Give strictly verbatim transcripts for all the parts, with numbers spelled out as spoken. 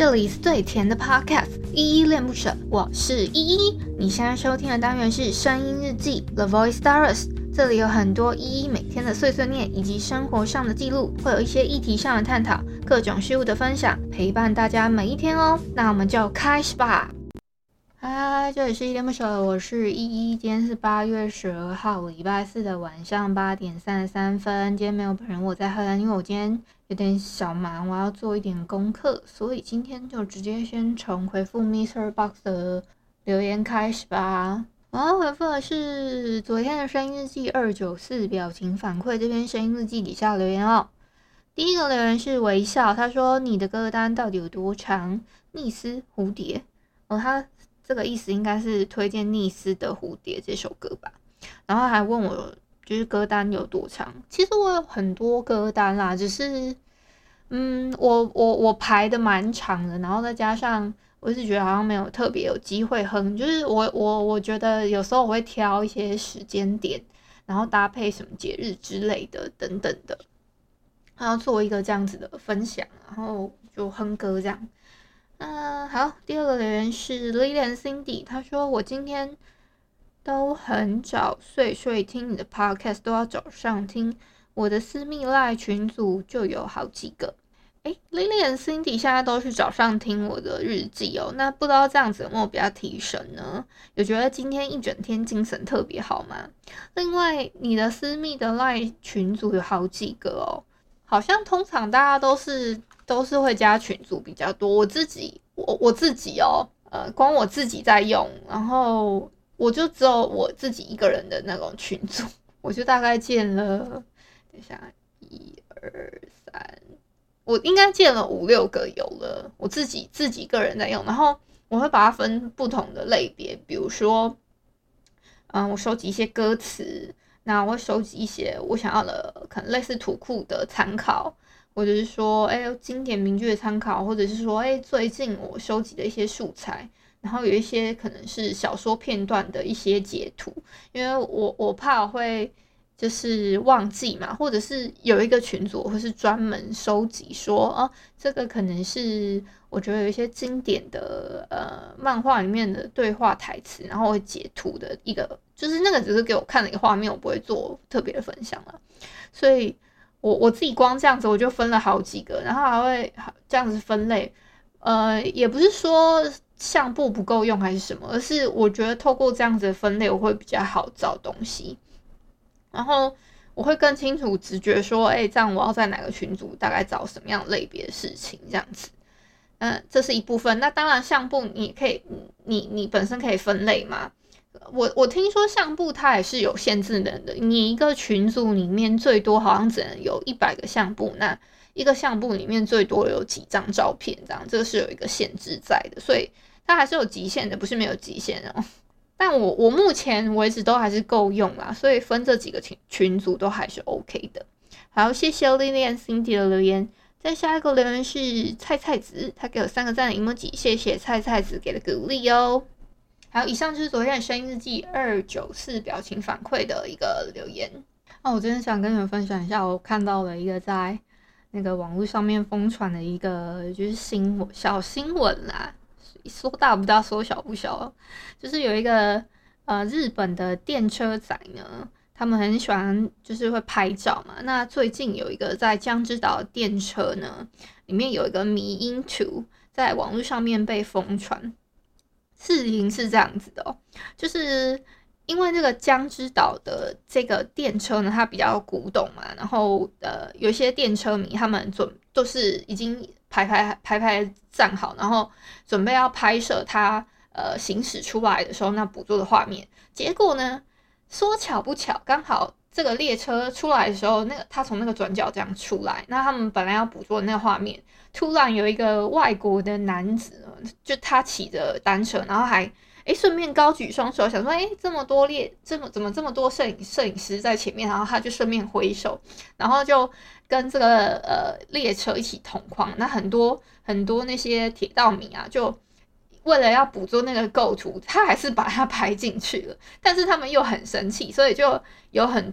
这里是最甜的 podcast， 依依恋不舍，我是依依。你现在收听的单元是声音日记 The Voice Diaries， 这里有很多依依每天的碎碎念以及生活上的记录，会有一些议题上的探讨，各种事物的分享，陪伴大家每一天哦。那我们就开始吧。嗨，这里是依依恋不舍，我是依依。今天是八月十二号，礼拜四的晚上八点三十三分。今天没有本人我在喝，因为我今天有点小忙，我要做一点功课，所以今天就直接先从回复 Mister Box 的留言开始吧。我要回复的是昨天的声音日记二九四表情反馈这篇声音日记底下留言哦。第一个留言是微笑，他说你的歌单到底有多长？逆丝蝴蝶哦，他这个意思应该是推荐逆丝的蝴蝶这首歌吧。然后还问我就是歌单有多长。其实我有很多歌单啦，只是嗯，我我我排的蛮长的，然后再加上我一直觉得好像没有特别有机会哼，就是我我我觉得有时候我会挑一些时间点，然后搭配什么节日之类的等等的，然后做一个这样子的分享，然后就哼歌这样。嗯，好，第二个留言是 Lilian Cindy， 他说我今天都很早睡，所以听你的 podcast 都要早上听，我的私密赖群组就有好几个。诶 Lilian Cindy 现在都是早上听我的日记哦，那不知道这样子有没有比较提神呢？有觉得今天一整天精神特别好吗？另外，你的私密的赖群组有好几个哦，好像通常大家都是都是会加群组比较多。我自己我我自己哦，呃，光我自己在用，然后我就只有我自己一个人的那种群组，我就大概建了，等一下，一二三。我应该建了五六个有了，我自己自己个人在用，然后我会把它分不同的类别，比如说，嗯，我收集一些歌词，那我会收集一些我想要的，可能类似图库的参考，或者是说，哎，经典名句的参考，或者是说，哎，最近我收集的一些素材，然后有一些可能是小说片段的一些截图，因为我我怕我会。就是忘记嘛，或者是有一个群组，或是专门收集说，哦，这个可能是我觉得有一些经典的呃漫画里面的对话台词，然后我会截图的一个，就是那个只是给我看的一个画面，我不会做特别的分享了。所以我我自己光这样子我就分了好几个，然后还会这样子分类，呃，也不是说相簿不够用还是什么，而是我觉得透过这样子的分类，我会比较好找东西。然后我会更清楚直觉说，哎，这样我要在哪个群组大概找什么样类别的事情，这样子，嗯，这是一部分。那当然，相簿你可以，你你本身可以分类嘛。我我听说相簿它也是有限制的，你一个群组里面最多好像只能有一百个相簿，那一个相簿里面最多有几张照片，这样这个是有一个限制在的，所以它还是有极限的，不是没有极限哦。但我我目前为止都还是够用啦，所以分这几个群群组都还是 OK 的。好，谢谢 Lilian Cindy 的留言。再下一个留言是菜菜子，他给我三个赞的 emoji， 谢谢菜菜子给的鼓励哦。还有以上就是昨天的声音日记二九四表情反馈的一个留言。哦，我真的想跟你们分享一下，我看到了一个在那个网络上面疯传的一个就是新闻小新闻啦。说大不大，说小不小，就是有一个呃日本的电车仔呢，他们很喜欢就是会拍照嘛。那最近有一个在江之岛的电车呢，里面有一个迷因图在网络上面被疯传。事情是这样子的哦，就是因为这个江之岛的这个电车呢，它比较古董嘛，然后呃有一些电车迷他们准都是已经排排排排站好，然后准备要拍摄它呃行驶出来的时候那捕捉的画面。结果呢，说巧不巧，刚好这个列车出来的时候，那个他从那个转角这样出来，那他们本来要捕捉的那个画面，突然有一个外国的男子，就他骑着单车，然后还诶顺便高举双手，想说诶这么多列，这么怎么这么多摄影摄影师在前面，然后他就顺便挥手，然后就跟这个呃列车一起同框。那很多很多那些铁道迷啊，就为了要捕捉那个构图，他还是把它拍进去了，但是他们又很生气，所以就有很多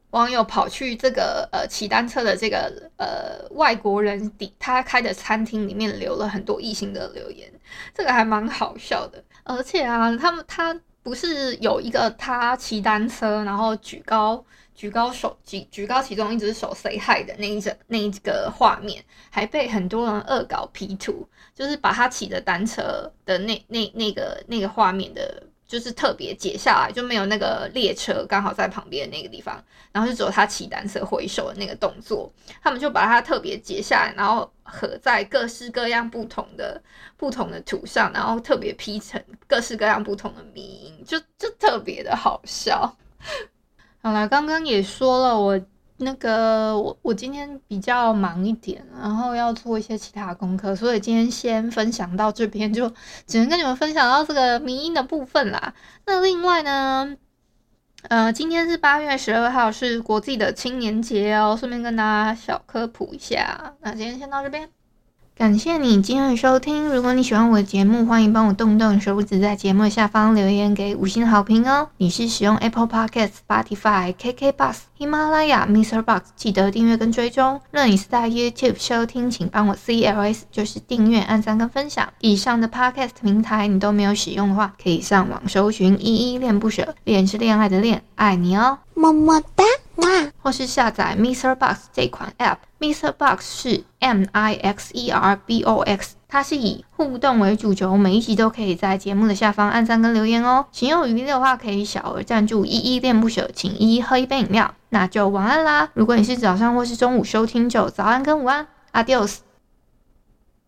网友跑去这个呃骑单车的这个呃外国人底他开的餐厅里面留了很多异性的留言，这个还蛮好笑的。而且啊，他们他不是有一个他骑单车然后举高举高手举举高其中一只手 say hi 的那一整那一个画面，还被很多人恶搞 P 图，就是把他骑的单车的那那那个那个画面的。就是特别截下来，就没有那个列车刚好在旁边的那个地方，然后就只有他骑单车挥手的那个动作，他们就把它特别截下来，然后合在各式各样不同的不同的图上，然后特别 P 成各式各样不同的迷因，就就特别的好笑。好啦，刚刚也说了我。那个我我今天比较忙一点，然后要做一些其他功课，所以今天先分享到这边，就只能跟你们分享到这个迷因的部分啦。那另外呢，呃，今天是八月十二号，是国际的青年节哦，顺便跟大家小科普一下。那今天先到这边。感谢你今天的收听，如果你喜欢我的节目，欢迎帮我动动手指在节目下方留言给五星好评哦。你是使用 Apple Podcast、Spotify、K K Bus、喜马拉雅、Mister Box， 记得订阅跟追踪。若你是在 YouTube 收听，请帮我 C L S， 就是订阅、按赞跟分享。以上的 Podcast 平台你都没有使用的话，可以上网搜寻依依恋不舍，恋是恋爱的恋，爱你哦，么么哒。或是下载 Mister Box 这款 App，Mister Box 是 M I X E R B O X， 它是以互动为主轴，每一集都可以在节目的下方按赞跟留言哦。情有余力的话，可以小额赞助依依恋不舍，请依依喝一杯饮料。那就晚安啦！如果你是早上或是中午收听，就早安跟午安 ，Adios。